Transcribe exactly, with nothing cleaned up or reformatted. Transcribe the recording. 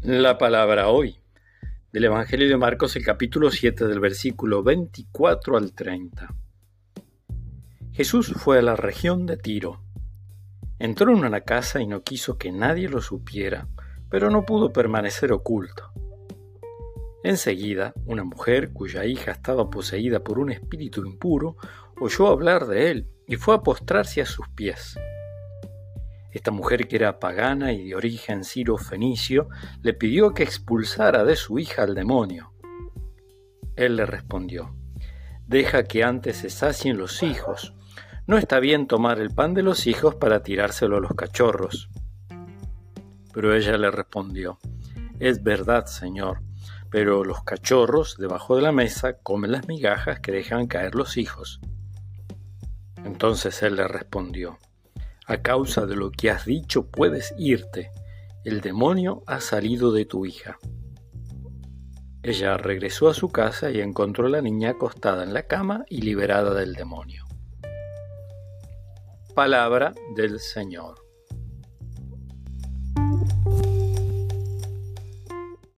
La palabra hoy, del Evangelio de Marcos, el capítulo siete, del versículo veinticuatro al treinta. Jesús fue a la región de Tiro. Entró en una casa y no quiso que nadie lo supiera, pero no pudo permanecer oculto. Enseguida, una mujer cuya hija estaba poseída por un espíritu impuro oyó hablar de él y fue a postrarse a sus pies. Esta mujer, que era pagana y de origen siro-fenicio, le pidió que expulsara de su hija al demonio. Él le respondió: «Deja que antes se sacien los hijos. No está bien tomar el pan de los hijos para tirárselo a los cachorros». Pero ella le respondió: «Es verdad, Señor, pero los cachorros debajo de la mesa comen las migajas que dejan caer los hijos». Entonces él le respondió: «A causa de lo que has dicho puedes irte. El demonio ha salido de tu hija». Ella regresó a su casa y encontró a la niña acostada en la cama y liberada del demonio. Palabra del Señor.